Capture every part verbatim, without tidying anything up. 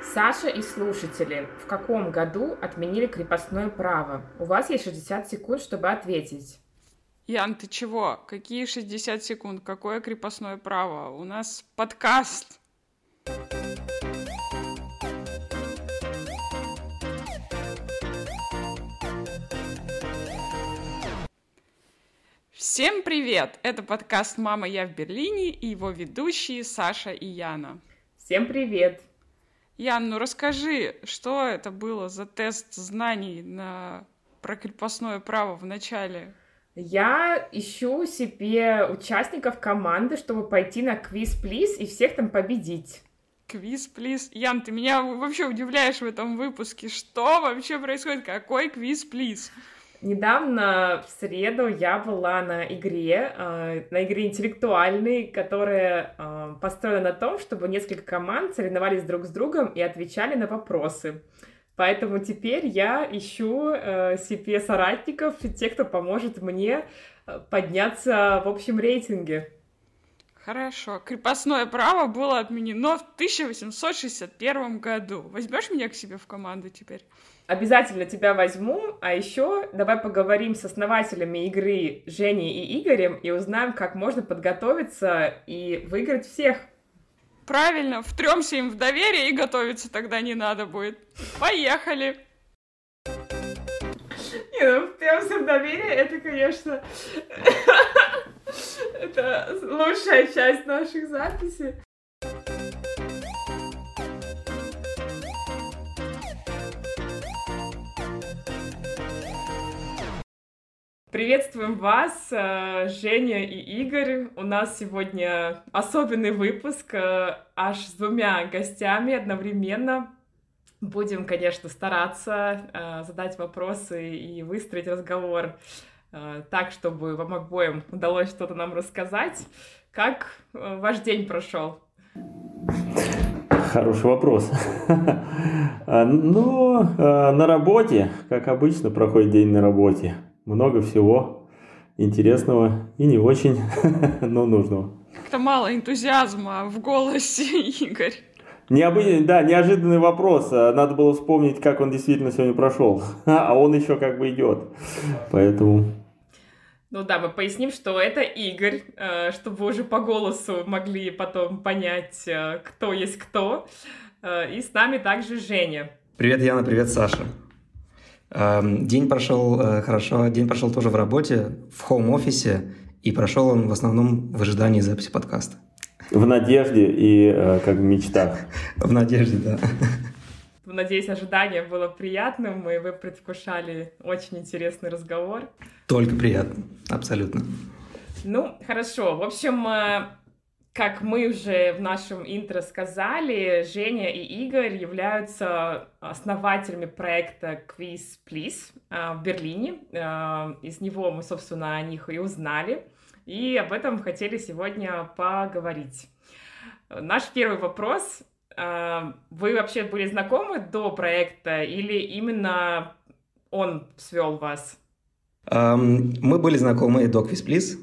Саша и слушатели, в каком году отменили крепостное право? У вас есть шестьдесят секунд, чтобы ответить. Ян, ты чего? Какие шестьдесят секунд? Какое крепостное право? У нас подкаст. Всем привет! Это подкаст «Мама, я в Берлине» и его ведущие Саша и Яна. Всем привет! Ян, ну расскажи, что это было за тест знаний на... про крепостное право в начале? Я ищу себе участников команды, чтобы пойти на квиз-плиз и всех там победить. Квиз-плиз? Ян, ты меня вообще удивляешь в этом выпуске. Что вообще происходит? Какой квиз-плиз? Недавно, в среду, я была на игре, э, на игре интеллектуальной, которая э, построена на том, чтобы несколько команд соревновались друг с другом и отвечали на вопросы. Поэтому теперь я ищу э, себе соратников, тех, кто поможет мне подняться в общем рейтинге. Хорошо. Крепостное право было отменено в тысяча восемьсот шестьдесят первом году. Возьмешь меня к себе в команду теперь? Обязательно тебя возьму, а еще давай поговорим с основателями игры Женей и Игорем и узнаем, как можно подготовиться и выиграть всех. Правильно, втрёмся им в доверие и готовиться тогда не надо будет. Поехали! Не, ну втрёмся в доверие, это, конечно, это лучшая часть наших записей. Приветствуем вас, Женя и Игорь. У нас сегодня особенный выпуск, аж с двумя гостями одновременно. Будем, конечно, стараться задать вопросы и выстроить разговор так, чтобы вам обоим удалось что-то нам рассказать. Как ваш день прошел? Хороший вопрос. Ну, на работе, как обычно, проходит день на работе. Много всего интересного и не очень, но нужного. Как-то мало энтузиазма в голосе, Игорь. Необычный, да, неожиданный вопрос. Надо было вспомнить, как он действительно сегодня прошел. А он еще как бы идет. Поэтому... Ну да, мы поясним, что это Игорь, чтобы вы уже по голосу могли потом понять, кто есть кто. И с нами также Женя. Привет, Яна, привет, Саша. День прошел хорошо, день прошел тоже в работе, в хоум-офисе, и прошел он в основном в ожидании записи подкаста. В надежде и как в мечтах. В надежде, да. Надеюсь, ожидание было приятным, и вы предвкушали очень интересный разговор. Только приятно, абсолютно. Ну, хорошо. В общем, как мы уже в нашем интро сказали, Женя и Игорь являются основателями проекта квиз-плиз в Берлине. Из него мы, собственно, о них и узнали. И об этом хотели сегодня поговорить. Наш первый вопрос. Вы вообще были знакомы до проекта или именно он свел вас? Мы были знакомы до квиз-плиз.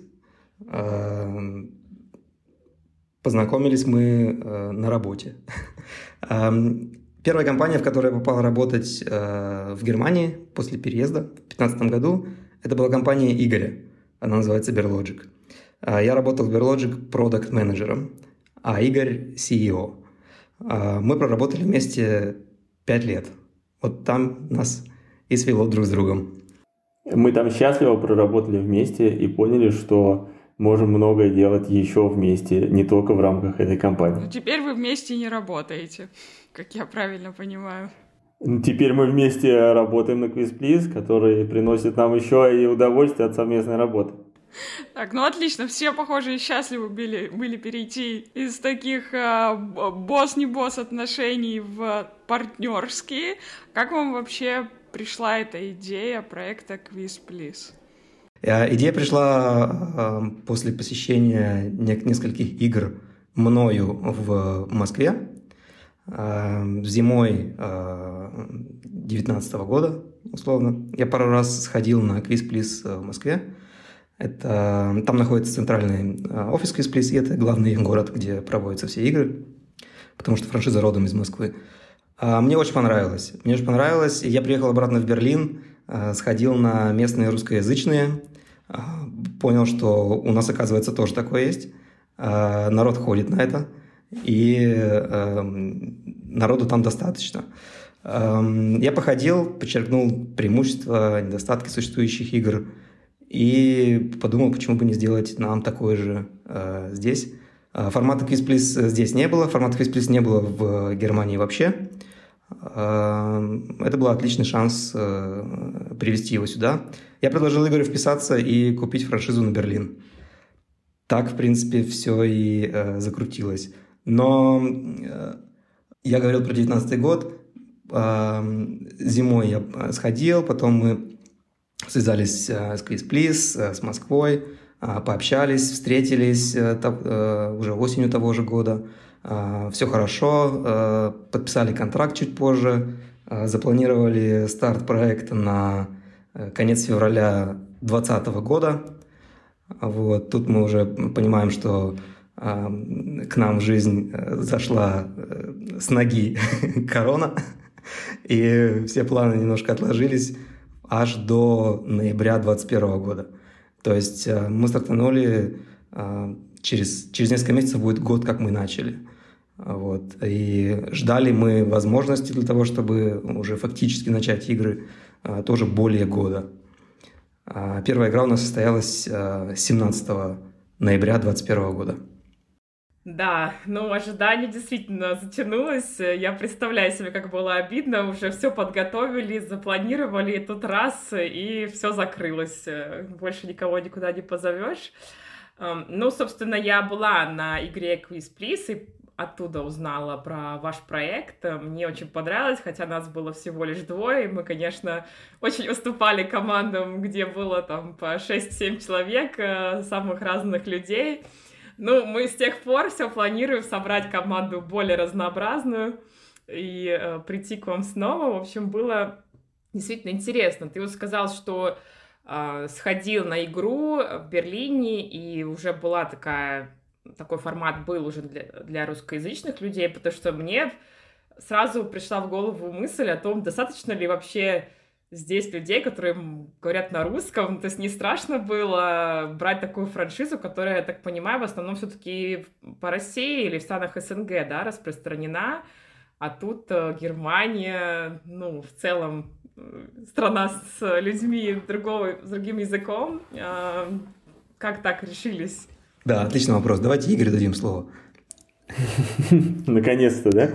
Познакомились мы на работе. Первая компания, в которую я попал работать в Германии после переезда в две тысячи пятнадцатом году, это была компания Игоря. Она называется Berlogic. Я работал в Berlogic продакт-менеджером, а Игорь си и о. Мы проработали вместе пять лет. Вот там нас и свело друг с другом. Мы там счастливо проработали вместе и поняли, что можем многое делать еще вместе, не только в рамках этой компании. Но теперь вы вместе не работаете, как я правильно понимаю. Теперь мы вместе работаем на квиз-плиз, который приносит нам еще и удовольствие от совместной работы. Так, ну отлично, все, похоже, счастливы были, были перейти из таких э, босс-не-босс отношений в партнерские. Как вам вообще пришла эта идея проекта квиз-плиз? Идея пришла э, после посещения не- нескольких игр мною в Москве э, зимой э, девятнадцатого года, условно. Я пару раз сходил на квиз-плиз в Москве. Это, там находится центральный офис квиз-плиз, и это главный город, где проводятся все игры, потому что франшиза родом из Москвы. Мне очень понравилось. Мне очень понравилось. Я приехал обратно в Берлин, сходил на местные русскоязычные, понял, что у нас, оказывается, тоже такое есть. Народ ходит на это, и народу там достаточно. Я походил, подчеркнул преимущества, недостатки существующих игр и подумал, почему бы не сделать нам такое же здесь. Формата Quiz Please здесь не было, формата Quiz Please не было в Германии вообще. Это был отличный шанс привести его сюда. Я предложил Игорю вписаться и купить франшизу на Берлин. Так, в принципе, все и закрутилось. Но я говорил про девятнадцатый год. Зимой я сходил, потом мы связались с Quiz Please, с Москвой, пообщались, встретились уже осенью того же года. Все хорошо, подписали контракт чуть позже, запланировали старт проекта на конец февраля двадцатого года. Вот. Тут мы уже понимаем, что к нам в жизнь зашла с ноги корона, и все планы немножко отложились аж до ноября двадцать первого года. То есть мы стартанули, через, через несколько месяцев будет год, как мы начали. Вот. И ждали мы возможности для того, чтобы уже фактически начать игры тоже более года. Первая игра у нас состоялась семнадцатого ноября двадцать первого года. Да, ну, ожидание действительно затянулось. Я представляю себе, как было обидно. Уже все подготовили, запланировали, и тут раз, и все закрылось. Больше никого никуда не позовешь. Ну, собственно, я была на игре Quiz Please и оттуда узнала про ваш проект. Мне очень понравилось, хотя нас было всего лишь двое. Мы, конечно, очень уступали командам, где было там по шесть-семь человек, самых разных людей. Ну, мы с тех пор все планируем собрать команду более разнообразную и э, прийти к вам снова. В общем, было действительно интересно. Ты вот сказал, что э, сходил на игру в Берлине, и уже была такая... Такой формат был уже для, для русскоязычных людей, потому что мне сразу пришла в голову мысль о том, достаточно ли вообще здесь людей, которые говорят на русском. То есть не страшно было брать такую франшизу, которая, я так понимаю, в основном все-таки по России или в странах СНГ, да, распространена, а тут Германия, ну, в целом страна с людьми другого, с другим языком. Как так решились? Да, отличный вопрос. Давайте Игорю дадим слово. Наконец-то, да?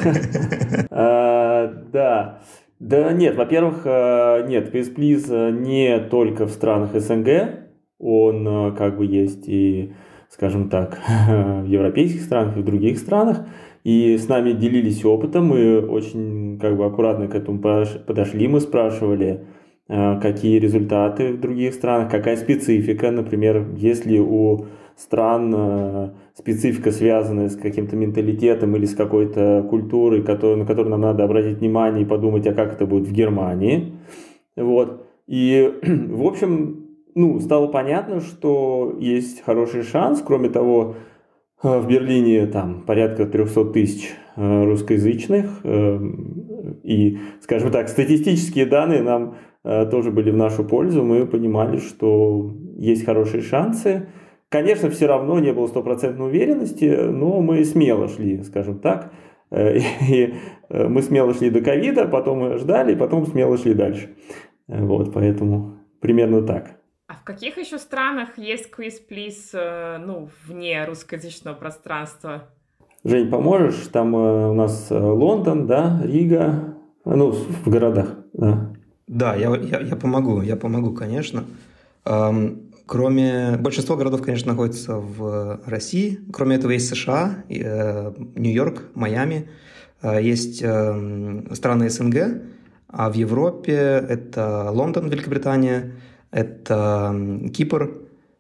Да. Да нет, во-первых, нет, Quiz Please не только в странах СНГ, он как бы есть и, скажем так, в европейских странах и в других странах, и с нами делились опытом, мы очень как бы аккуратно к этому подошли, мы спрашивали, какие результаты в других странах, какая специфика, например, если у стран специфика, связанная с каким-то менталитетом или с какой-то культурой, который, на которую нам надо обратить внимание и подумать, а как это будет в Германии. Вот. И, в общем, ну, стало понятно, что есть хороший шанс. Кроме того, в Берлине там порядка триста тысяч русскоязычных. И, скажем так, статистические данные нам тоже были в нашу пользу. Мы понимали, что есть хорошие шансы. Конечно, все равно не было стопроцентной уверенности, но мы смело шли, скажем так. И мы смело шли до ковида, потом мы ждали, и потом смело шли дальше. Вот, поэтому примерно так. А в каких еще странах есть Quiz Please, ну, вне русскоязычного пространства? Жень, поможешь? Там у нас Лондон, да, Рига, ну, в городах, да. Да, я, я, я помогу, я помогу, конечно. Кроме... Большинство городов, конечно, находится в России. Кроме этого есть США, Нью-Йорк, Майами. Есть страны СНГ. А в Европе это Лондон, Великобритания, это Кипр,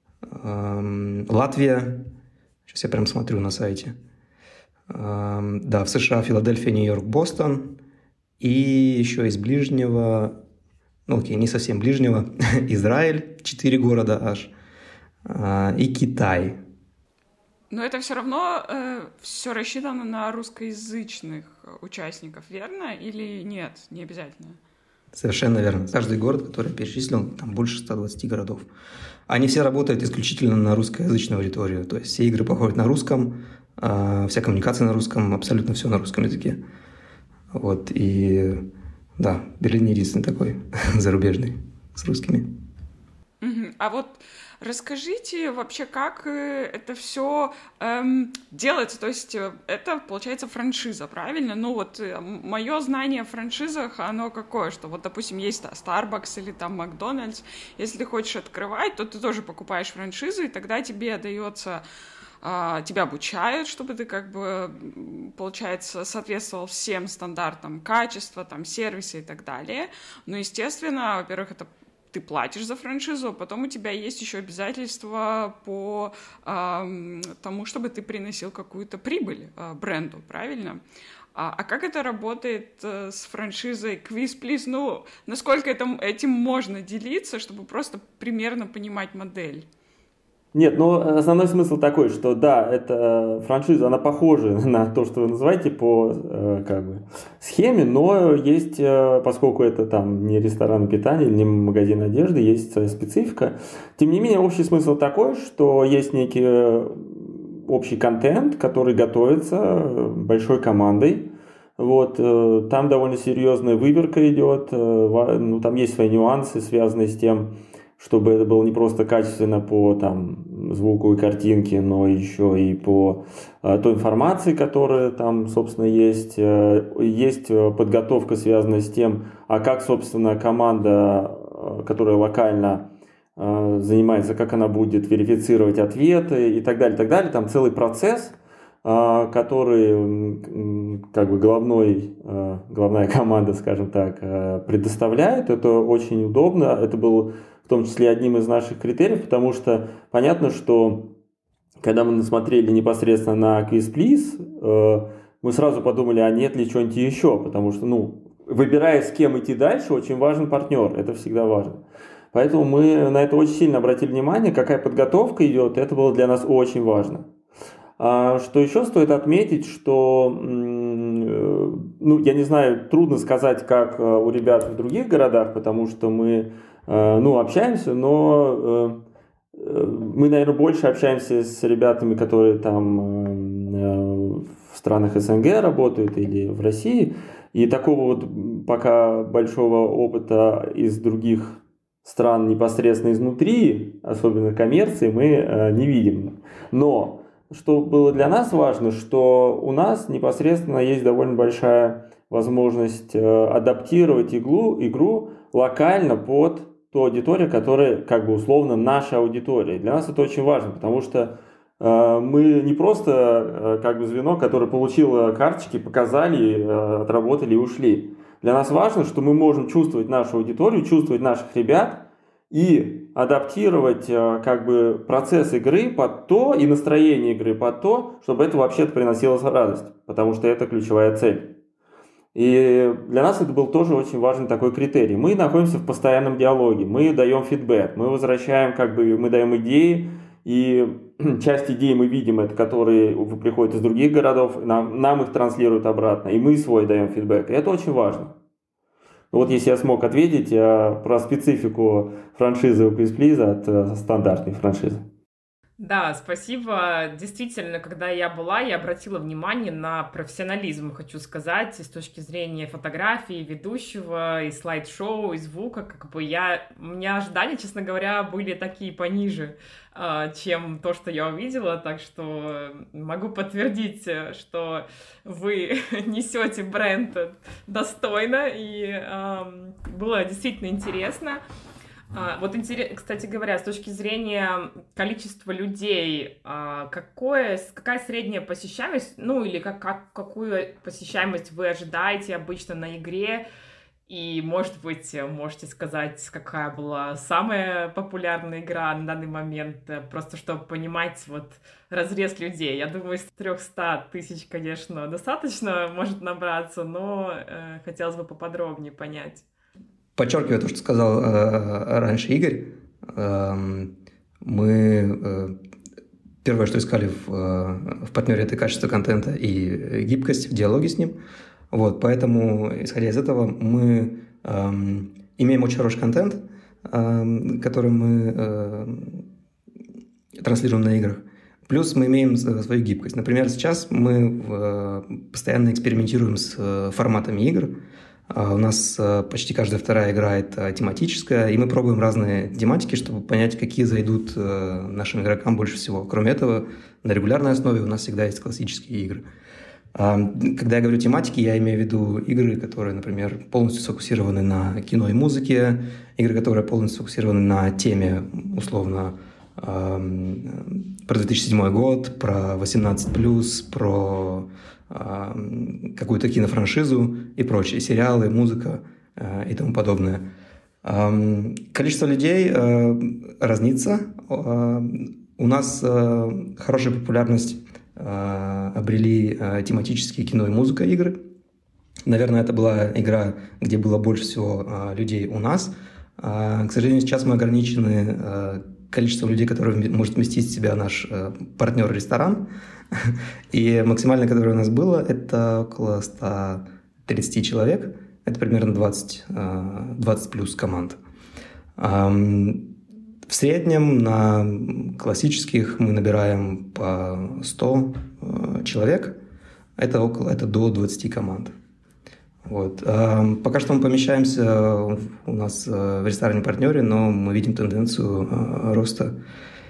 Латвия. Сейчас я прям смотрю на сайте. Да, в США Филадельфия, Нью-Йорк, Бостон. И еще из ближнего... Ну, окей, не совсем ближнего, Израиль, четыре города аж, и Китай. Но это все равно э, все рассчитано на русскоязычных участников, верно? Или нет, не обязательно? Совершенно верно. Каждый город, который я перечислил, там больше ста двадцати городов, они все работают исключительно на русскоязычную аудиторию. То есть все игры проходят на русском, э, вся коммуникация на русском, абсолютно все на русском языке. Вот, и да, Берлин единственный такой зарубежный с русскими. Uh-huh. А вот расскажите вообще, как это все эм, делается, то есть это, получается, франшиза, правильно? Ну вот мое знание о франшизах, оно какое, что вот, допустим, есть Starbucks или там Макдональдс, если ты хочешь открывать, то ты тоже покупаешь франшизу, и тогда тебе дается, э, тебя обучают, чтобы ты как бы, получается, соответствовал всем стандартам качества, там, сервиса и так далее. Но, естественно, во-первых, это ты платишь за франшизу, а потом у тебя есть еще обязательства по э, тому, чтобы ты приносил какую-то прибыль э, бренду, правильно? А, а как это работает э, с франшизой Quiz Please? Ну, насколько это, этим можно делиться, чтобы просто примерно понимать модель? Нет, но основной смысл такой, что да, эта франшиза, она похожа на то, что вы называете по как бы схеме, но есть, поскольку это там не ресторан питания, не магазин одежды, есть своя специфика. Тем не менее, общий смысл такой, что есть некий общий контент, который готовится большой командой. Вот, там довольно серьезная выборка идет, ну, там есть свои нюансы, связанные с тем, чтобы это было не просто качественно по там, звуку и картинке, но еще и по э, той информации, которая там, собственно, есть. Э, есть подготовка, связанная с тем, а как, собственно, команда, э, которая локально э, занимается, как она будет верифицировать ответы и так далее, и так далее. Там целый процесс, э, который э, как бы головной, э, головная команда, скажем так, э, предоставляет. Это очень удобно. Это был в том числе одним из наших критериев, потому что понятно, что когда мы смотрели непосредственно на Quiz Please, мы сразу подумали, а нет ли чего-нибудь еще, потому что, ну, выбирая, с кем идти дальше, очень важен партнер, это всегда важно. Поэтому мы на это очень сильно обратили внимание, какая подготовка идет, это было для нас очень важно. А что еще стоит отметить, что, ну, я не знаю, трудно сказать, как у ребят в других городах, потому что мы ну, общаемся, но э, мы, наверное, больше общаемся с ребятами, которые там э, в странах СНГ работают или в России. И такого вот пока большого опыта из других стран непосредственно изнутри, особенно коммерции, мы э, не видим. Но что было для нас важно, что у нас непосредственно есть довольно большая возможность э, адаптировать иглу, игру локально под ту аудиторию, которая как бы условно наша аудитория. Для нас это очень важно, потому что э, мы не просто э, как бы звено, которое получило карточки, показали, э, отработали и ушли. Для нас важно, что мы можем чувствовать нашу аудиторию, чувствовать наших ребят и адаптировать э, как бы процесс игры под то и настроение игры под то, чтобы это вообще-то приносило радость, потому что это ключевая цель. И для нас это был тоже очень важный такой критерий. Мы находимся в постоянном диалоге, мы даем фидбэк, мы возвращаем, как бы, мы даем идеи, и часть идей мы видим, это которые приходят из других городов, нам, нам их транслируют обратно, и мы свой даем фидбэк. И это очень важно. Вот если я смог ответить про специфику франшизы у Quiz Please от стандартной франшизы. Да, спасибо. Действительно, когда я была, я обратила внимание на профессионализм, хочу сказать, с точки зрения фотографии, ведущего, и слайд-шоу, и звука. Как бы я... У меня ожидания, честно говоря, были такие пониже, чем то, что я увидела, так что могу подтвердить, что вы несете бренд достойно, и было действительно интересно. Вот, кстати говоря, с точки зрения количества людей, какое, какая средняя посещаемость, ну или как, как, какую посещаемость вы ожидаете обычно на игре? И, может быть, можете сказать, какая была самая популярная игра на данный момент, просто чтобы понимать вот разрез людей. Я думаю, из триста тысяч, конечно, достаточно может набраться, но э, хотелось бы поподробнее понять. Подчеркиваю то, что сказал э, раньше Игорь, э, мы э, первое, что искали в, в партнере, это качество контента и гибкость в диалоге с ним. Вот, поэтому, исходя из этого, мы эм, имеем очень хороший контент, эм, который мы эм, транслируем на играх. Плюс мы имеем свою гибкость. Например, сейчас мы э, постоянно экспериментируем с э, форматами игр. Uh, у нас uh, почти каждая вторая игра – это тематическая, и мы пробуем разные тематики, чтобы понять, какие зайдут uh, нашим игрокам больше всего. Кроме этого, на регулярной основе у нас всегда есть классические игры. Uh, когда я говорю тематики, я имею в виду игры, которые, например, полностью сфокусированы на кино и музыке, игры, которые полностью сфокусированы на теме, условно, uh, про две тысячи седьмой год, про восемнадцать плюс, про какую-то кинофраншизу и прочее, сериалы, музыка и тому подобное. Количество людей разнится. У нас хорошую популярность обрели тематические кино и музыка игры. Наверное, это была игра, где было больше всего людей у нас. К сожалению, сейчас мы ограничены количеством людей, которые может вместить в себя наш партнер-ресторан. И максимальное, которое у нас было, это около ста тридцати человек. Это примерно двадцать, двадцать плюс команд. В среднем на классических мы набираем по сто человек. Это, около, это до двадцати команд. Вот. Пока что мы помещаемся у нас в ресторане-партнере, но мы видим тенденцию роста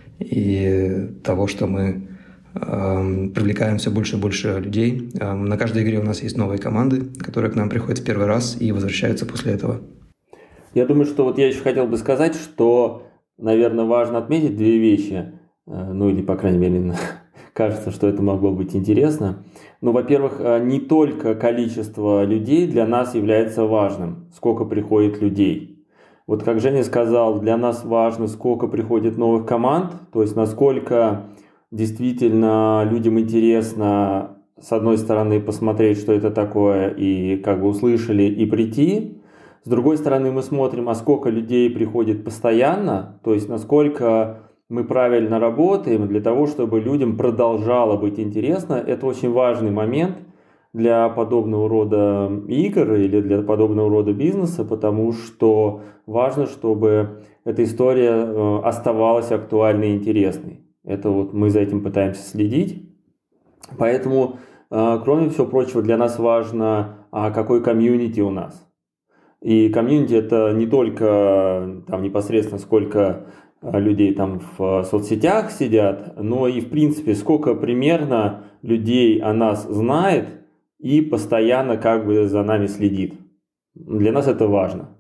и того, что мы привлекаем все больше и больше людей. На каждой игре у нас есть новые команды, которые к нам приходят в первый раз и возвращаются после этого. Я думаю, что вот я еще хотел бы сказать, что, наверное, важно отметить две вещи. Ну или, по крайней мере, кажется, что это могло быть интересно. Ну, во-первых, не только количество людей для нас является важным, сколько приходит людей. Вот как Женя сказал, для нас важно, сколько приходит новых команд, то есть насколько действительно людям интересно, с одной стороны, посмотреть, что это такое, и как бы услышали, и прийти. С другой стороны, мы смотрим, а сколько людей приходит постоянно, то есть насколько мы правильно работаем для того, чтобы людям продолжало быть интересно. Это очень важный момент для подобного рода игр или для подобного рода бизнеса, потому что важно, чтобы эта история оставалась актуальной и интересной. Это вот мы за этим пытаемся следить. Поэтому, кроме всего прочего, для нас важно, какой комьюнити у нас. И комьюнити это не только там непосредственно сколько людей там в соцсетях сидят, но и в принципе сколько примерно людей о нас знает и постоянно как бы за нами следит. Для нас это важно.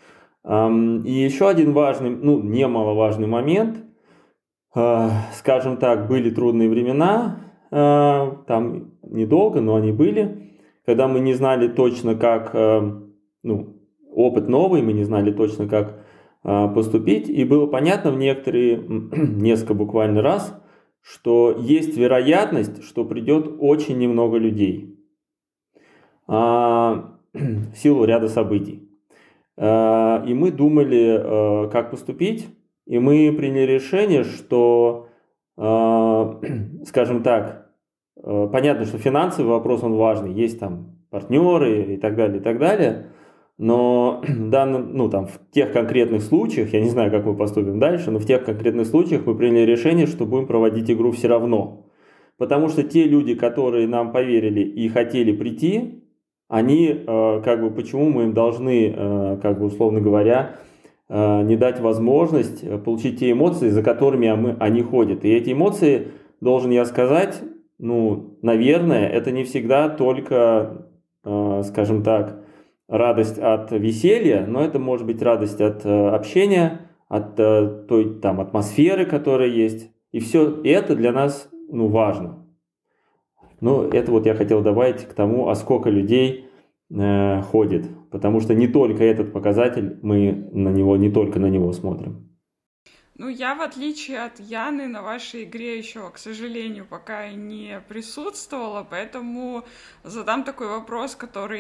И еще один важный, ну немаловажный момент. Скажем так, были трудные времена, там недолго, но они были, когда мы не знали точно, как, ну, опыт новый, мы не знали точно, как поступить, и было понятно в некоторые, несколько буквально раз, что есть вероятность, что придет очень немного людей в силу ряда событий. И мы думали, как поступить. И мы приняли решение, что, э, скажем так, э, понятно, что финансовый вопрос, он важный, есть там партнеры и так далее, и так далее, но данным, ну, там, в тех конкретных случаях, я не знаю, как мы поступим дальше, но в тех конкретных случаях мы приняли решение, что будем проводить игру все равно. Потому что те люди, которые нам поверили и хотели прийти, они, э, как бы, почему мы им должны, э, как бы, условно говоря, не дать возможность получить те эмоции, за которыми мы, они ходят. И эти эмоции, должен я сказать, ну, наверное, это не всегда только, скажем так, радость от веселья, но это может быть радость от общения, от той там атмосферы, которая есть. И все это для нас, ну, важно. Ну, это вот я хотел добавить к тому, а сколько людей э, ходит. Потому что не только этот показатель, мы на него, не только на него смотрим. Ну, я, в отличие от Яны, на вашей игре еще, к сожалению, пока не присутствовала, поэтому задам такой вопрос, который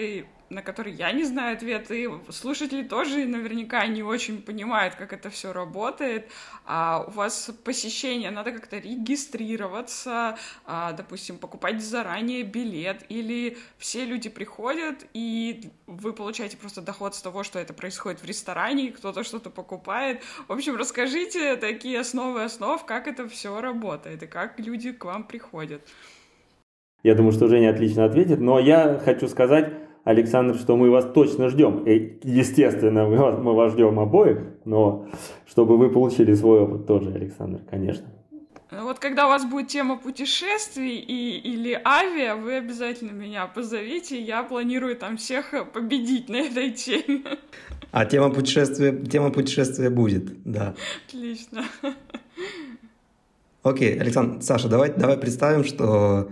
на который я не знаю ответ, и слушатели тоже наверняка не очень понимают, как это все работает. А у вас посещение, надо как-то регистрироваться, а, допустим, покупать заранее билет, или все люди приходят, и вы получаете просто доход с того, что это происходит в ресторане, кто-то что-то покупает. В общем, расскажите такие основы основ, как это все работает, и как люди к вам приходят. Я думаю, что Женя отлично ответит, но я хочу сказать, Александр, что мы вас точно ждем. И, естественно, мы вас, мы вас ждем обоих, но чтобы вы получили свой опыт тоже, Александр, конечно. Вот когда у вас будет тема путешествий и, или авиа, вы обязательно меня позовите, я планирую там всех победить на этой теме. А тема путешествия, тема путешествия будет, да. Отлично. Окей, Александр, Саша, давай, давай представим, что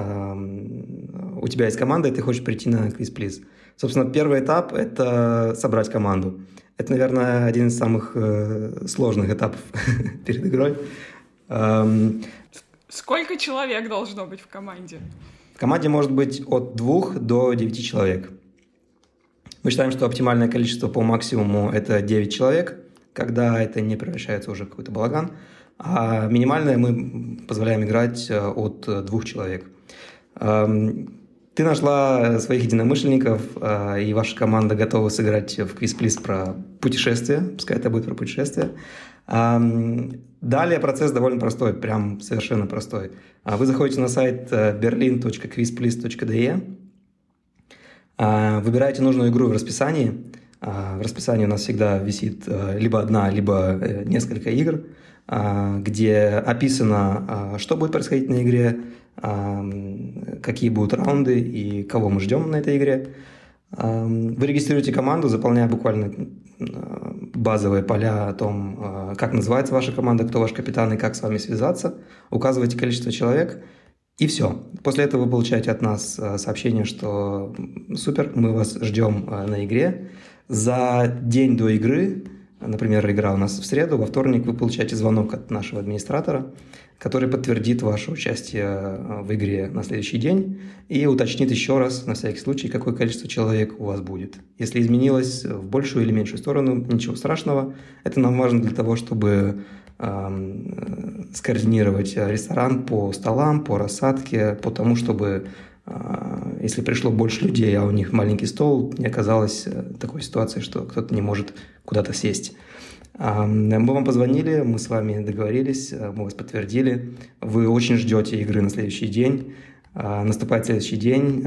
у тебя есть команда, и ты хочешь прийти на Quiz Please. Собственно, первый этап — это собрать команду. Это, наверное, один из самых э, сложных этапов перед игрой. Эм... Сколько человек должно быть в команде? В команде может быть от двух до девяти человек. Мы считаем, что оптимальное количество по максимуму — это девять человек, когда это не превращается уже в какой-то балаган. А минимальное мы позволяем играть от двух человек. Ты нашла своих единомышленников, и ваша команда готова сыграть в Quiz Please про путешествия. Пускай это будет про путешествия. Далее процесс довольно простой, прям совершенно простой. Вы заходите на сайт berlin точка quizplease точка de, выбираете нужную игру в расписании. В расписании у нас всегда висит либо одна, либо несколько игр, где описано, что будет происходить на игре, какие будут раунды и кого мы ждем на этой игре. Вы регистрируете команду, заполняя буквально базовые поля о том, как называется ваша команда, кто ваш капитан и как с вами связаться. Указываете количество человек, и все. После этого вы получаете от нас сообщение, что супер, мы вас ждем на игре. За день до игры, например, игра у нас в среду, во вторник вы получаете звонок от нашего администратора, который подтвердит ваше участие в игре на следующий день и уточнит еще раз, на всякий случай, какое количество человек у вас будет. Если изменилось в большую или меньшую сторону, ничего страшного. Это нам важно для того, чтобы э, скоординировать ресторан по столам, по рассадке, по тому, чтобы, э, если пришло больше людей, а у них маленький стол, не оказалось такой ситуации, что кто-то не может куда-то сесть. Мы вам позвонили, мы с вами договорились, мы вас подтвердили. Вы очень ждете игры на следующий день. Наступает следующий день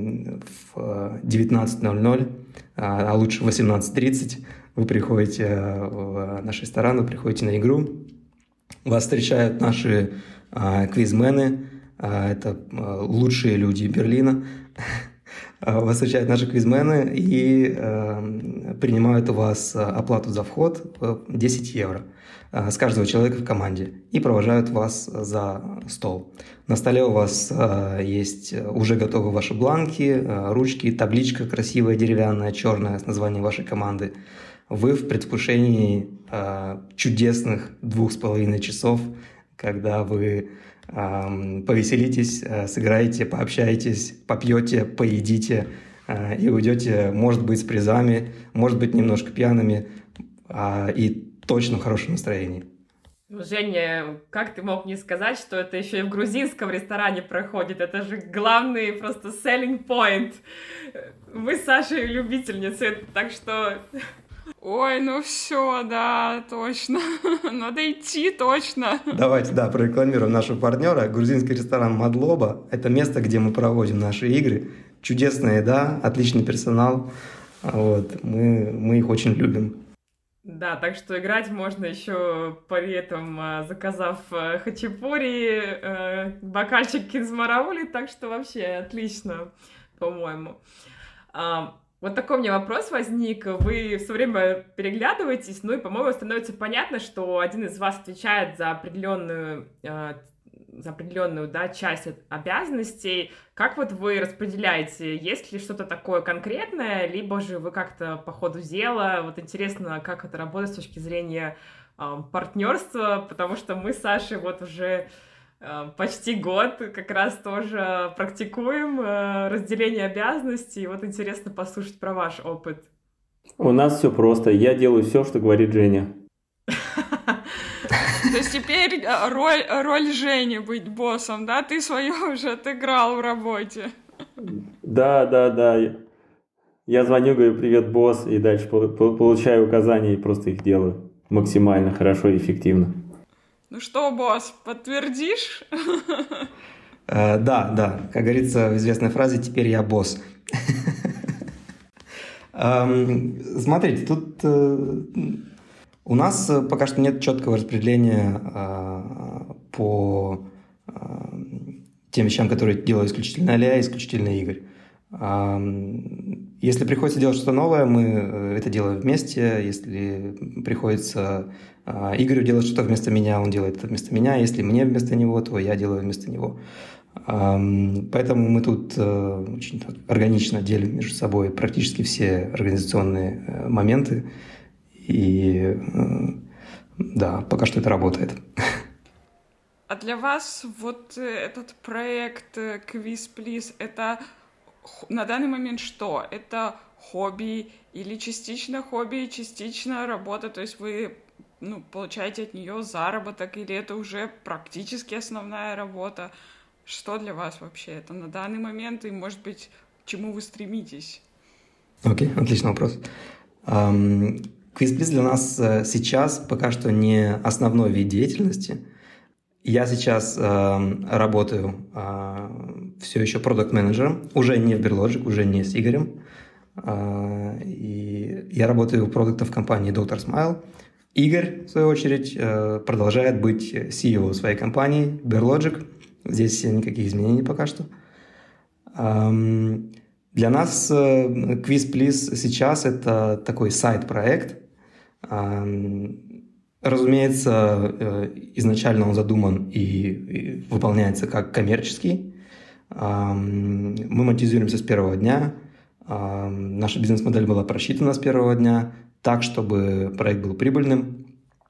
в девятнадцать ноль ноль, а лучше в восемнадцать тридцать. Вы приходите в наш ресторан, вы приходите на игру. Вас встречают наши квизмены. Это лучшие люди Берлина. Вас встречают наши квизмены и э, принимают у вас оплату за вход десять евро э, с каждого человека в команде и провожают вас за стол. На столе у вас э, есть уже готовы ваши бланки, э, ручки, табличка красивая, деревянная, черная с названием вашей команды. Вы в предвкушении э, чудесных двух с половиной часов, когда вы повеселитесь, сыграете, пообщаетесь, попьете, поедите и уйдете, может быть, с призами, может быть, немножко пьяными и точно в хорошем настроении. Женя, как ты мог не сказать, что это еще и в грузинском ресторане проходит? Это же главный просто selling point. Мы с Сашей любительницы, так что... Ой, ну все, да, точно. Надо идти, точно. Давайте, да, прорекламируем нашего партнера. Грузинский ресторан Мадлоба. Это место, где мы проводим наши игры. Чудесная еда, отличный персонал. Вот, мы, мы их очень любим. Да, так что играть можно еще при этом, заказав хачапури, бокальчик кинзмараули, так что вообще отлично, по-моему. Вот такой у меня вопрос возник. Вы все время переглядываетесь, ну и, по-моему, становится понятно, что один из вас отвечает за определенную, э, за определенную, да, часть обязанностей. Как вот вы распределяете? Есть ли что-то такое конкретное, либо же вы как-то по ходу дела? Вот интересно, как это работает с точки зрения э, партнерства, потому что мы с Сашей вот уже почти год как раз тоже практикуем разделение обязанностей. И вот интересно послушать про ваш опыт. У нас все просто. Я делаю все, что говорит Женя. То есть теперь роль, роль Жени быть боссом, да? Ты свое уже отыграл в работе. Да, да, да. Я звоню, говорю, привет, босс, и дальше получаю указания и просто их делаю максимально хорошо и эффективно. Ну что, босс, подтвердишь? Да, да. Как говорится в известной фразе, теперь я босс. Смотрите, тут у нас пока что нет четкого распределения по тем вещам, которые делаю исключительно Илья, исключительно Игорь. Если приходится делать что-то новое, мы это делаем вместе. Если приходится Игорю делать что-то вместо меня, он делает это вместо меня. Если мне вместо него, то я делаю вместо него. Поэтому мы тут очень органично делим между собой практически все организационные моменты. И да, пока что это работает. А для вас вот этот проект Quiz Please — это на данный момент что? Это хобби или частично хобби, частично работа? То есть вы ну, получаете от нее заработок или это уже практически основная работа? Что для вас вообще это на данный момент и, может быть, к чему вы стремитесь? Окей, okay, отличный вопрос. Um, Quiz Please для нас сейчас пока что не основной вид деятельности. Я сейчас э, работаю э, все еще продакт-менеджером, уже не в Beerlogic, уже не с Игорем. Э, и я работаю в продукте в компании доктор Smile. Игорь, в свою очередь, э, продолжает быть си и о своей компании Beerlogic. Здесь никаких изменений пока что. Э, для нас э, Quiz Please сейчас это такой сайт-проект. Э, Разумеется, изначально он задуман и выполняется как коммерческий. Мы монетизируемся с первого дня. Наша бизнес-модель была просчитана с первого дня так, чтобы проект был прибыльным.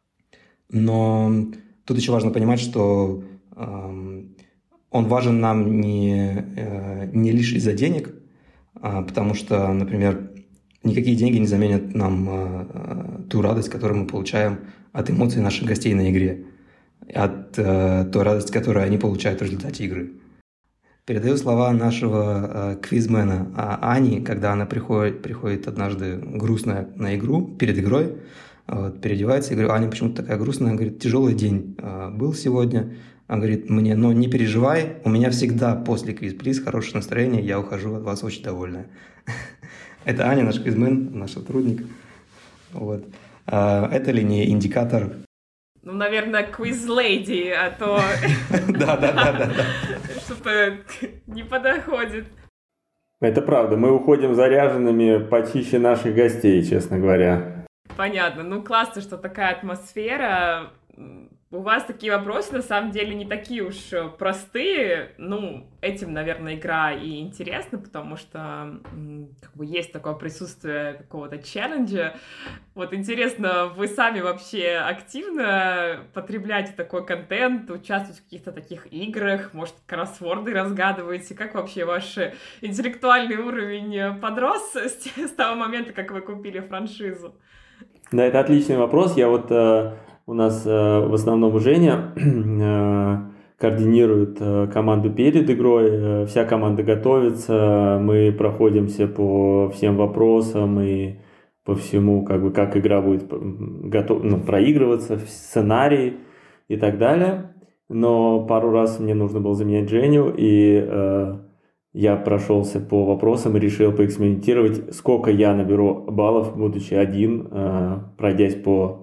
Но тут еще важно понимать, что он важен нам не, не лишь из-за денег, потому что, например, никакие деньги не заменят нам ту радость, которую мы получаем от эмоций наших гостей на игре, от э, той радости, которую они получают в результате игры. Передаю слова нашего э, квизмена а, Ани, когда она приходит, приходит однажды грустная на игру, перед игрой, вот, переодевается, и говорю, Аня, почему ты такая грустная? Она говорит, тяжелый день э, был сегодня. Она говорит мне, но не переживай, у меня всегда после Quiz Please хорошее настроение, я ухожу от вас очень довольная. Это Аня, наш квизмен, наш сотрудник. Вот. Это ли не индикатор? Ну, наверное, квиз-леди, а то... Да-да-да. Что-то не подходит. Это правда. Мы уходим заряженными почище наших гостей, честно говоря. Понятно. Ну, классно, что такая атмосфера. У вас такие вопросы, на самом деле, не такие уж простые. Ну, этим, наверное, игра и интересна, потому что как бы, есть такое присутствие какого-то челленджа. Вот интересно, вы сами вообще активно потребляете такой контент, участвуете в каких-то таких играх, может, кроссворды разгадываете? Как вообще ваш интеллектуальный уровень подрос с, с того момента, как вы купили франшизу? Да, это отличный вопрос. Я вот... У нас э, в основном Женя э, координирует э, команду перед игрой, э, вся команда готовится, мы проходимся по всем вопросам и по всему, как бы, как игра будет готов, ну, проигрываться, в сценарии и так далее. Но пару раз мне нужно было заменять Женю, и э, я прошелся по вопросам и решил поэкспериментировать, сколько я наберу баллов, будучи один, э, пройдясь по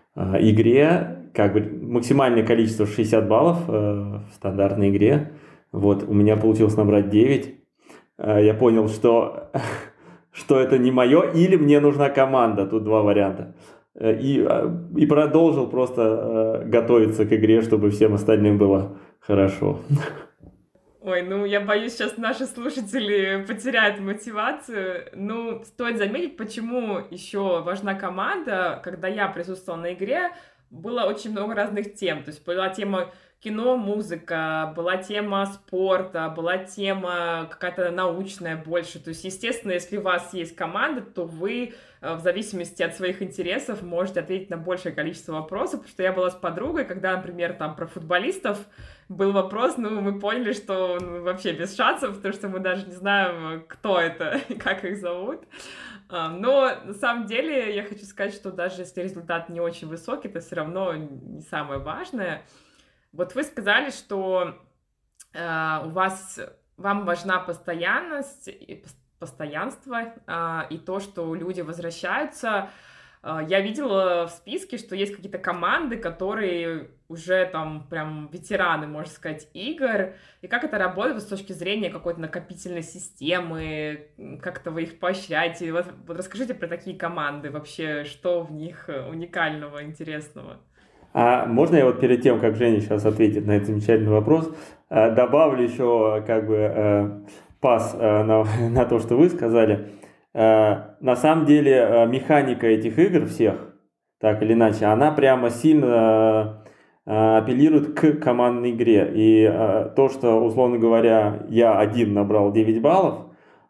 игре, как бы максимальное количество шестьдесят баллов э, в стандартной игре. Вот, у меня получилось набрать девять. Э, я понял, что, что это не мое, или мне нужна команда. Тут два варианта. Э, и, и продолжил просто э, готовиться к игре, чтобы всем остальным было хорошо. Ой, ну я боюсь, сейчас наши слушатели потеряют мотивацию. Ну, стоит заметить, почему еще важна команда. Когда я присутствовала на игре, было очень много разных тем. То есть была тема кино, музыка, была тема спорта, была тема какая-то научная больше. То есть, естественно, если у вас есть команда, то вы в зависимости от своих интересов можете ответить на большее количество вопросов, потому что я была с подругой, когда, например, там про футболистов был вопрос, ну, мы поняли, что ну, вообще без шансов, потому что мы даже не знаем, кто это и как их зовут. Но на самом деле я хочу сказать, что даже если результат не очень высокий, это все равно не самое важное. Вот вы сказали, что э, у вас, вам важна постоянность и постоянство, э, и то, что люди возвращаются. Э, я видела в списке, что есть какие-то команды, которые уже там прям ветераны, можно сказать, игр. И как это работает с точки зрения какой-то накопительной системы, как-то вы их поощряете? Вот, вот расскажите про такие команды вообще, что в них уникального, интересного? А можно я вот перед тем, как Женя сейчас ответит на этот замечательный вопрос, добавлю еще как бы пас на, на то, что вы сказали. На самом деле механика этих игр всех, так или иначе, она прямо сильно апеллирует к командной игре. И то, что, условно говоря, я один набрал девять баллов,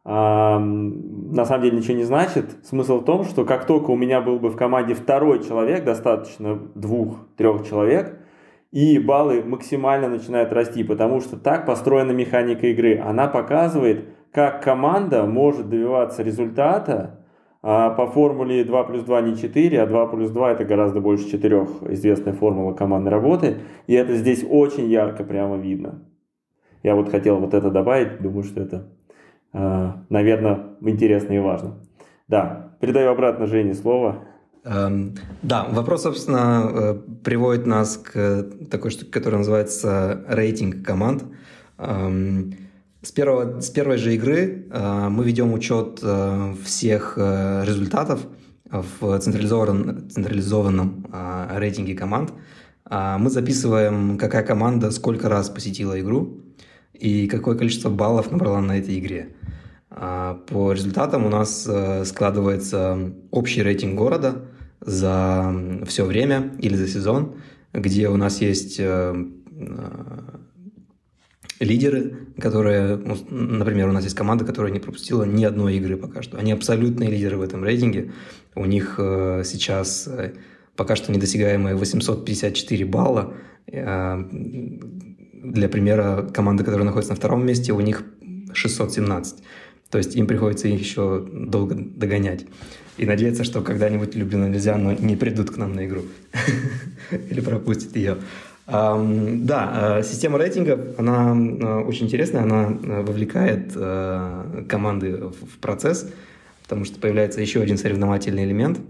на самом деле ничего не значит. Смысл в том, что как только у меня был бы в команде второй человек, достаточно двух-трех человек, и баллы максимально начинают расти, потому что так построена механика игры. Она показывает, как команда может добиваться результата а, по формуле два плюс два не четыре, а два плюс два это гораздо больше четырех, известная формула командной работы, и это здесь очень ярко прямо видно. Я вот хотел вот это добавить, думаю, что это наверное, интересно и важно. Да, передаю обратно Жене слово. Эм, да, вопрос, собственно, приводит нас к такой штуке, которая называется рейтинг команд. Эм, с, первого, с первой же игры э, мы ведем учет э, всех э, результатов в централизованном, централизованном э, рейтинге команд. Э, мы записываем, какая команда сколько раз посетила игру и какое количество баллов набрала на этой игре. По результатам у нас складывается общий рейтинг города за все время или за сезон, где у нас есть лидеры, которые, например, у нас есть команда, которая не пропустила ни одной игры пока что. Они абсолютные лидеры в этом рейтинге. У них сейчас пока что недосягаемые восемьсот пятьдесят четыре балла. Для примера, команда, которая находится на втором месте, у них шестьсот семнадцать. То есть им приходится их еще долго догонять. И надеяться, что когда-нибудь Люблино нельзя, но не придут к нам на игру. Или пропустят ее. Да, система рейтинга, она очень интересная, она вовлекает команды в процесс, потому что появляется еще один соревновательный элемент.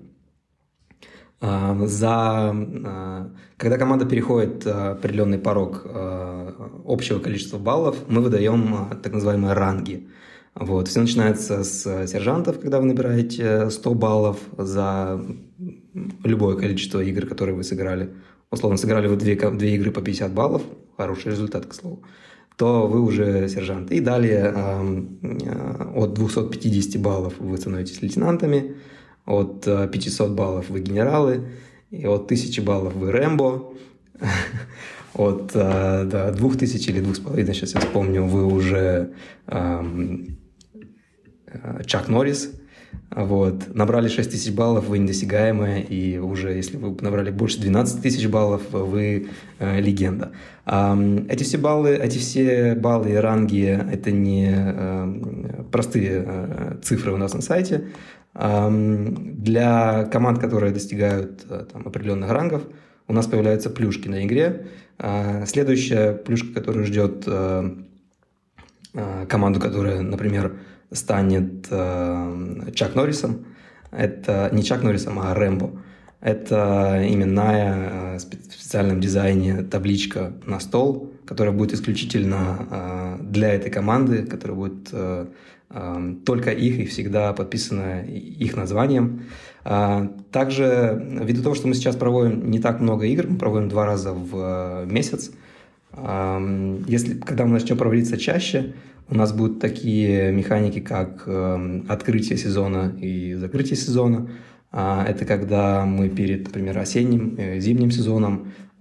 За, когда команда переходит определенный порог общего количества баллов, мы выдаем так называемые ранги. Вот. Все начинается с сержантов, когда вы набираете сто баллов за любое количество игр, которые вы сыграли. Условно, сыграли вы две, две игры по пятьдесят баллов, хороший результат, к слову, то вы уже сержант. И далее от двухсот пятидесяти баллов вы становитесь лейтенантами, от пятисот баллов вы генералы, и от тысячи баллов вы Рэмбо, от да, двух тысяч или двух с половиной, сейчас я вспомню, вы уже эм, Чак Норрис. Вот. Набрали шесть тысяч баллов, вы недосягаемые, и уже если вы набрали больше двенадцать тысяч баллов, вы э, легенда. Эм, эти все баллы, эти все баллы и ранги – это не э, простые э, цифры у нас на сайте. Эм, для команд, которые достигают э, там, определенных рангов, у нас появляются плюшки на игре. Э, следующая плюшка, которую ждет э, э, команду, которая, например, станет э, Чак Норрисом. Это не Чак Норрисом, а Рэмбо. Это именная в специальном дизайне табличка на стол, которая будет исключительно э, для этой команды, которая будет э, э, только их и всегда подписана их названием. Э, также, ввиду того, что мы сейчас проводим не так много игр, мы проводим два раза в э, месяц, э, если, когда мы начнем проводиться чаще, у нас будут такие механики, как э, открытие сезона и закрытие сезона. А, это когда мы перед, например, осенним, э, зимним сезоном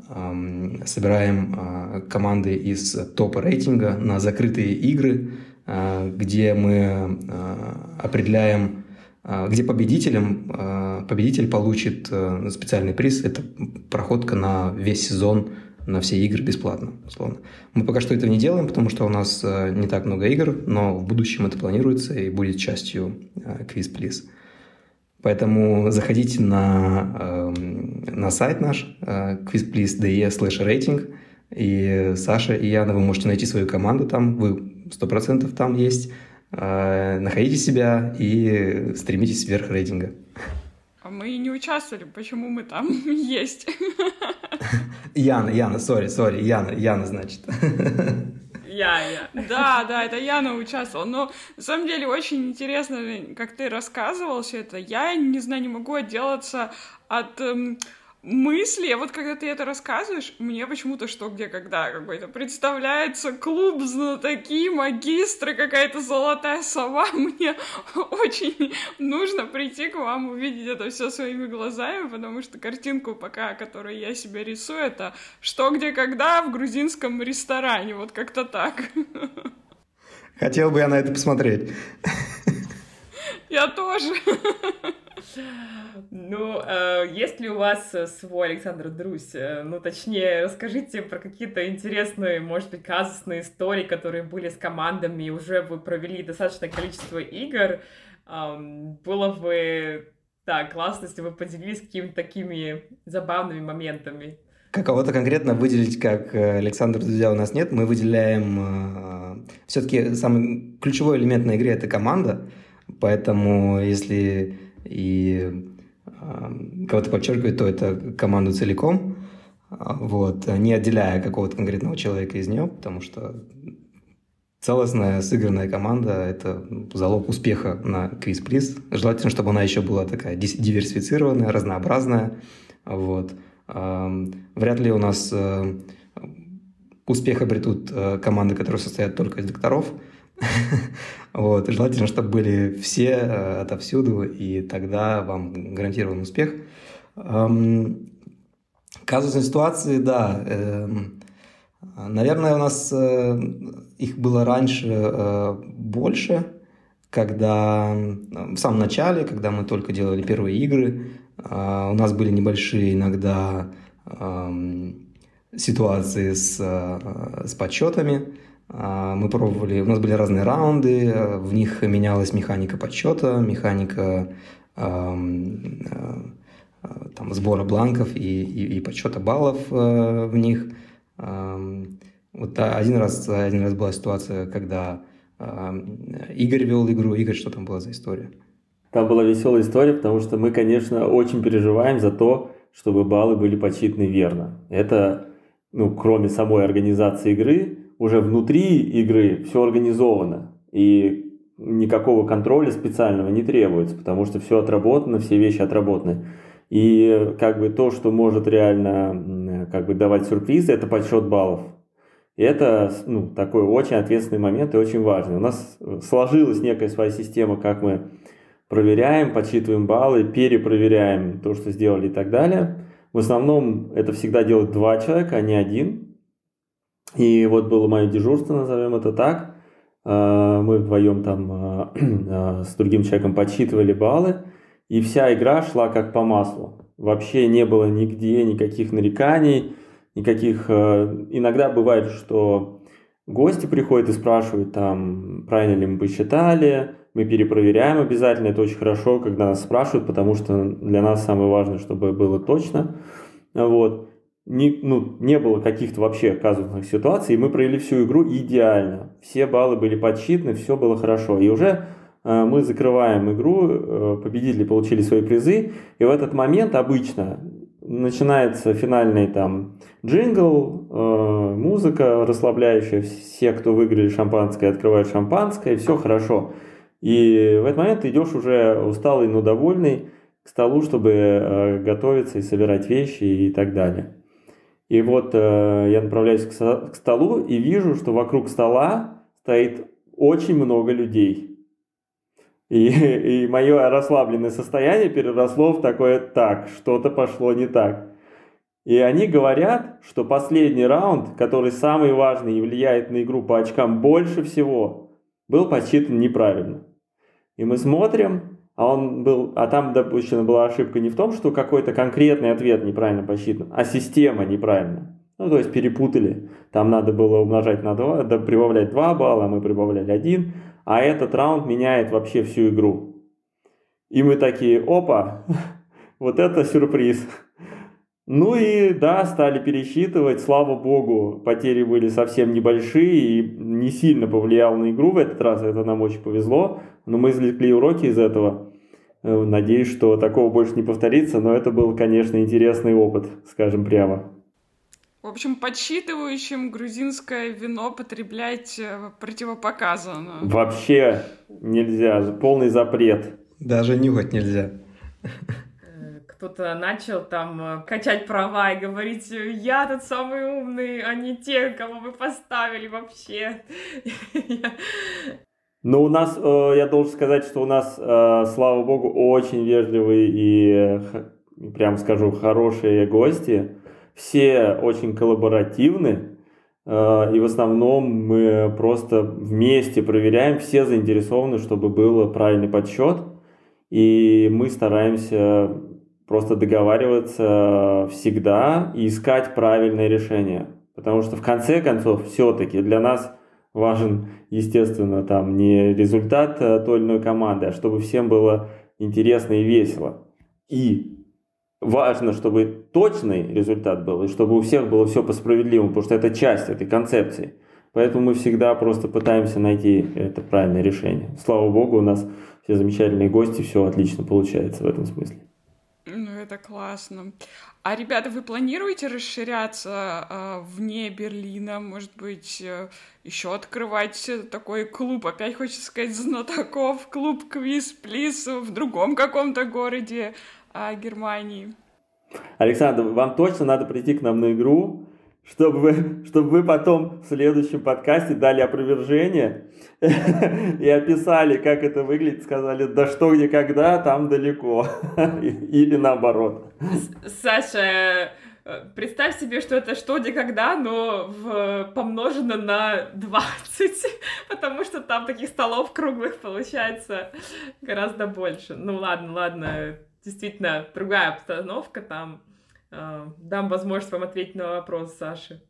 эм, собираем э, команды из топа рейтинга на закрытые игры, э, где мы э, определяем, э, где победителем, э, победитель получит э, специальный приз. Это проходка на весь сезон, на все игры бесплатно, условно. Мы пока что этого не делаем, потому что у нас э, не так много игр, но в будущем это планируется и будет частью э, Quiz Please. Поэтому заходите на, э, на сайт наш э, quizplease.de слэш рейтинг, и Саша и Яна, вы можете найти свою команду там, вы сто процентов там есть, э, находите себя и стремитесь вверх рейтинга. А мы не участвовали, почему мы там есть? Яна, Яна, сори, сори, Яна, Яна, значит. Я, я. Да, да, это Яна участвовала. Но на самом деле очень интересно, как ты рассказывал все это. Я, не знаю, не могу отделаться от эм, мысли. Вот когда ты это рассказываешь, мне почему-то что, где, когда какой-то представляется клуб знатоки, магистры, какая-то золотая сова. Мне очень нужно прийти к вам, увидеть это все своими глазами, потому что картинку пока, которую я себе рисую, это что, где, когда в грузинском ресторане. Вот как-то так. Хотел бы я на это посмотреть. Я тоже. Ну, э, есть ли у вас свой Александр Друзь? Э, ну, точнее, расскажите про какие-то интересные, может быть, казусные истории, которые были с командами, и уже вы провели достаточное количество игр. Эм, было бы, да, классно, если вы поделились какими-то такими забавными моментами. Кого-то конкретно выделить, как Александр Дудя, у нас нет. Мы выделяем... Э, все-таки самый ключевой элемент на игре — это команда. Поэтому если и э, кого-то подчеркивать, то это команду целиком, вот, не отделяя какого-то конкретного человека из нее, потому что целостная сыгранная команда — это залог успеха на Quiz Please. Желательно, чтобы она еще была такая диверсифицированная, разнообразная. Вот. Э, вряд ли у нас э, успех обретут э, команды, которые состоят только из докторов. Вот. Желательно, чтобы были все э, отовсюду, и тогда вам гарантирован успех. Эм, казусные ситуации, да. Э, наверное, у нас э, их было раньше э, больше, когда в самом начале, когда мы только делали первые игры, э, у нас были небольшие иногда э, ситуации с, э, с подсчетами. Мы пробовали, у нас были разные раунды, в них менялась механика подсчета, механика э, э, там, сбора бланков и, и, и подсчета баллов э, в них. Э, вот один раз, один раз была ситуация, когда э, Игорь вел игру. Игорь, что там была за история? Там была веселая история, потому что мы, конечно, очень переживаем за то, чтобы баллы были подсчитаны верно. Это, ну, кроме самой организации игры, уже внутри игры все организовано, и никакого контроля специального не требуется, потому что все отработано, все вещи отработаны. И как бы то, что может реально как бы давать сюрпризы, это подсчет баллов. И это, ну, такой очень ответственный момент и очень важный. У нас сложилась некая своя система, как мы проверяем, подсчитываем баллы, перепроверяем то, что сделали и так далее. В основном это всегда делают два человека, а не один. И вот было мое дежурство, назовем это так. Мы вдвоем там с другим человеком подсчитывали баллы, и вся игра шла как по маслу. Вообще не было нигде никаких нареканий, никаких... Иногда бывает, что гости приходят и спрашивают, там, правильно ли мы посчитали, мы перепроверяем обязательно, это очень хорошо, когда нас спрашивают, потому что для нас самое важное, чтобы было точно. Вот. Не, ну, не было каких-то вообще казусных ситуаций, и мы провели всю игру идеально. Все баллы были подсчитаны, все было хорошо. И уже э, мы закрываем игру, э, победители получили свои призы, и в этот момент обычно начинается финальный там джингл, э, музыка расслабляющая, все, кто выиграли шампанское, открывают шампанское, и все хорошо. И в этот момент ты идешь уже усталый, но довольный к столу, чтобы э, готовиться и собирать вещи и так далее. И вот э, я направляюсь к, со- к столу и вижу, что вокруг стола стоит очень много людей. И, и мое расслабленное состояние переросло в такое: так, что-то пошло не так. И они говорят, что последний раунд, который самый важный и влияет на игру по очкам больше всего, был подсчитан неправильно. И мы смотрим, а, он был, а там допущена была ошибка не в том, что какой-то конкретный ответ неправильно посчитан, а система неправильно. Ну, то есть перепутали. Там надо было умножать на два, да, прибавлять два балла, а мы прибавляли один. А этот раунд меняет вообще всю игру. И мы такие, опа, вот это сюрприз. Ну и да, стали пересчитывать, слава богу, потери были совсем небольшие и не сильно повлияло на игру в этот раз, это нам очень повезло, но мы извлекли уроки из этого, надеюсь, что такого больше не повторится, но это был, конечно, интересный опыт, скажем прямо. В общем, подсчитывающим грузинское вино потреблять противопоказано. Вообще нельзя, полный запрет. Даже нюхать нельзя. Кто-то начал там качать права и говорить, я тут самый умный, а не те, кого вы поставили вообще. Ну, у нас, я должен сказать, что у нас, слава богу, очень вежливые и, прям скажу, хорошие гости. Все очень коллаборативны. И в основном мы просто вместе проверяем, все заинтересованы, чтобы был правильный подсчет. И мы стараемся просто договариваться всегда и искать правильное решение. Потому что в конце концов все-таки для нас важен, естественно, там не результат той или иной команды, а чтобы всем было интересно и весело. И важно, чтобы точный результат был, и чтобы у всех было все по-справедливому, потому что это часть этой концепции. Поэтому мы всегда просто пытаемся найти это правильное решение. Слава богу, у нас все замечательные гости, все отлично получается в этом смысле. Ну, это классно. А, ребята, вы планируете расширяться э, вне Берлина? Может быть, э, еще открывать такой клуб, опять хочется сказать, знатоков, клуб Quiz Please в другом каком-то городе э, Германии? Александр, вам точно надо прийти к нам на игру, чтобы вы, чтобы вы потом в следующем подкасте дали опровержение и описали, как это выглядит, сказали, да что, где, когда, там далеко, или наоборот. Саша, представь себе, что это что, где, когда, но в... помножено на двадцать, потому что там таких столов круглых получается гораздо больше. Ну ладно, ладно, действительно, другая обстановка там. Дам возможность вам ответить на вопрос Саши.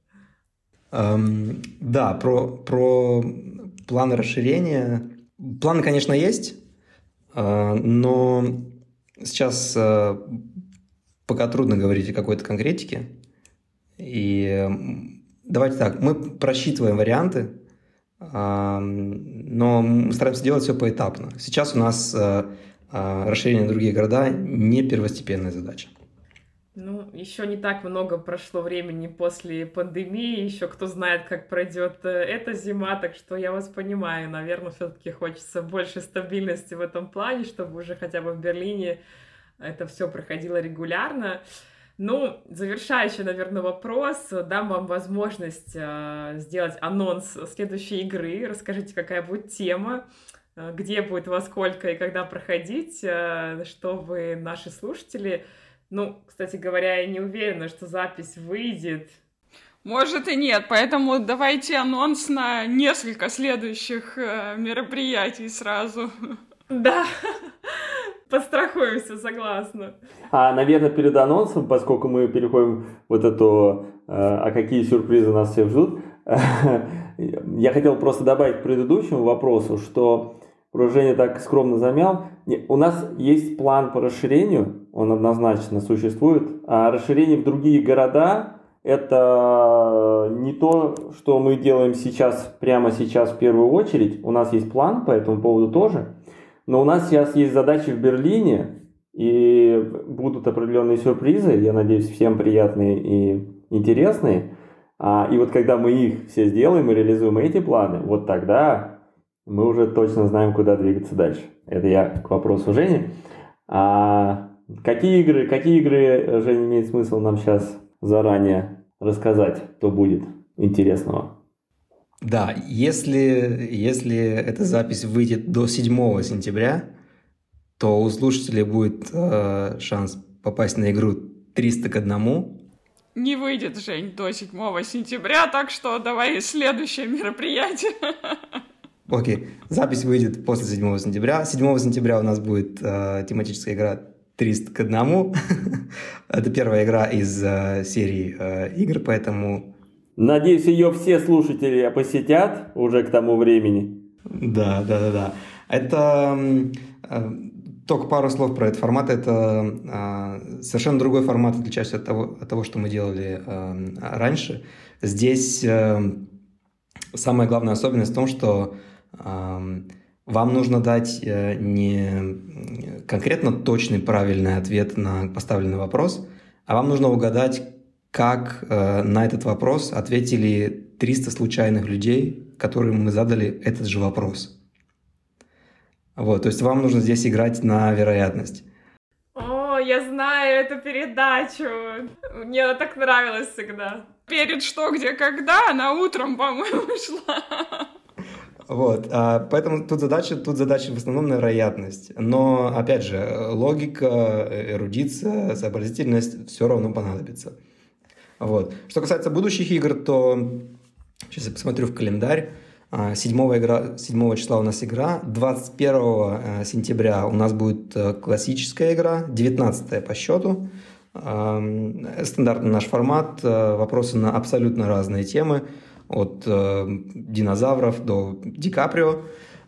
Эм, да, про, про планы расширения. Планы, конечно, есть, э, но сейчас э, пока трудно говорить о какой-то конкретике. И э, давайте так, мы просчитываем варианты, э, но мы стараемся делать все поэтапно. Сейчас у нас э, э, расширение на другие города не первостепенная задача. Ну, еще не так много прошло времени после пандемии, еще кто знает, как пройдет эта зима, так что я вас понимаю, наверное, все-таки хочется больше стабильности в этом плане, чтобы уже хотя бы в Берлине это все проходило регулярно. Ну, завершающий, наверное, вопрос, дам вам возможность сделать анонс следующей игры, расскажите, какая будет тема, где будет, во сколько и когда проходить, чтобы наши слушатели... Ну, кстати говоря, я не уверена, что запись выйдет. Может и нет, поэтому давайте анонс на несколько следующих э, мероприятий сразу. Да, подстрахуемся, согласна. А, наверное, перед анонсом, поскольку мы переходим вот эту, э, а какие сюрпризы нас всех ждут, я хотел просто добавить к предыдущему вопросу, что Женя так скромно замял. У нас есть план по расширению, он однозначно существует, а расширение в другие города – это не то, что мы делаем сейчас, прямо сейчас в первую очередь. У нас есть план по этому поводу тоже, но у нас сейчас есть задачи в Берлине, и будут определенные сюрпризы, я надеюсь, всем приятные и интересные. И вот когда мы их все сделаем и реализуем эти планы, вот тогда... мы уже точно знаем, куда двигаться дальше. Это я к вопросу Жени. А какие игры, какие игры, Женя, имеет смысл нам сейчас заранее рассказать, что будет интересного? Да, если, если эта запись выйдет до седьмого сентября, то у слушателей будет э, шанс попасть на игру триста к одному. не выйдет, Жень, до седьмого сентября, так что давай следующее мероприятие. Окей, запись выйдет после седьмого сентября. седьмого сентября у нас будет э, тематическая игра триста к одному. Это первая игра из э, серии э, игр, поэтому... Надеюсь, ее все слушатели посетят уже к тому времени. Да, да, да, да. Это э, только пару слов про этот формат. Это э, совершенно другой формат, отличающийся от того, от того, что мы делали э, раньше. Здесь э, самая главная особенность в том, что э, вам нужно дать э, не конкретно точный правильный ответ на поставленный вопрос, а вам нужно угадать, как э, на этот вопрос ответили триста случайных людей, которым мы задали этот же вопрос. Вот, то есть вам нужно здесь играть на вероятность. О, я знаю эту передачу. Мне она так нравилась всегда. Перед «Что, где, когда» она утром, по-моему, шла. Вот, а, поэтому тут задача, тут задача в основном на вероятность. Но, опять же, логика, эрудиция, сообразительность все равно понадобится. Вот. Что касается будущих игр, то сейчас я посмотрю в календарь. седьмого, игра, седьмого числа у нас игра, двадцать первого сентября у нас будет классическая игра, девятнадцатого по счету. Стандартный наш формат, вопросы на абсолютно разные темы, от динозавров до Ди Каприо.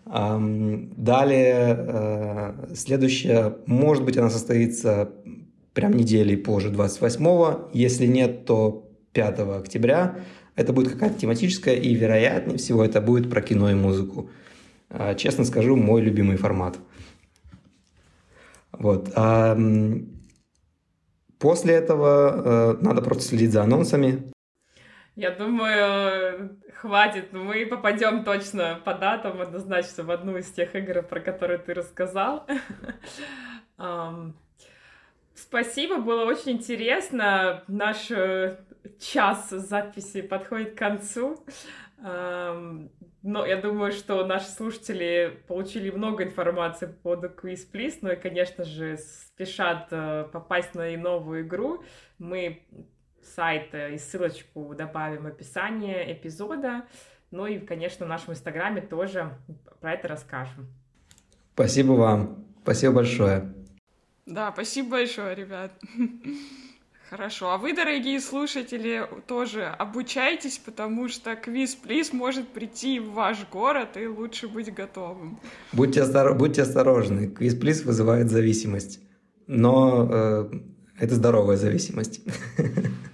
Далее, следующая, может быть, она состоится прям недели позже, двадцать восьмого. Если нет, то пятого октября. Это будет какая-то тематическая, и, вероятнее всего, это будет про кино и музыку. Честно скажу, мой любимый формат. Вот. После этого надо просто следить за анонсами. Я думаю, хватит. Мы попадем точно по датам однозначно в одну из тех игр, про которые ты рассказал. Спасибо, было очень интересно. Наш час записи подходит к концу. Но я думаю, что наши слушатели получили много информации по поводу Quiz Please, ну и, конечно же, спешат попасть на новую игру. Мы сайт и ссылочку добавим в описание эпизода. Ну и, конечно, в нашем инстаграме тоже про это расскажем. Спасибо вам. Спасибо большое. Да, спасибо большое, ребят. Хорошо. А вы, дорогие слушатели, тоже обучайтесь, потому что Quiz Please может прийти в ваш город, и лучше быть готовым. Будьте, остор... Будьте осторожны. Quiz Please вызывает зависимость. Но э, это здоровая зависимость.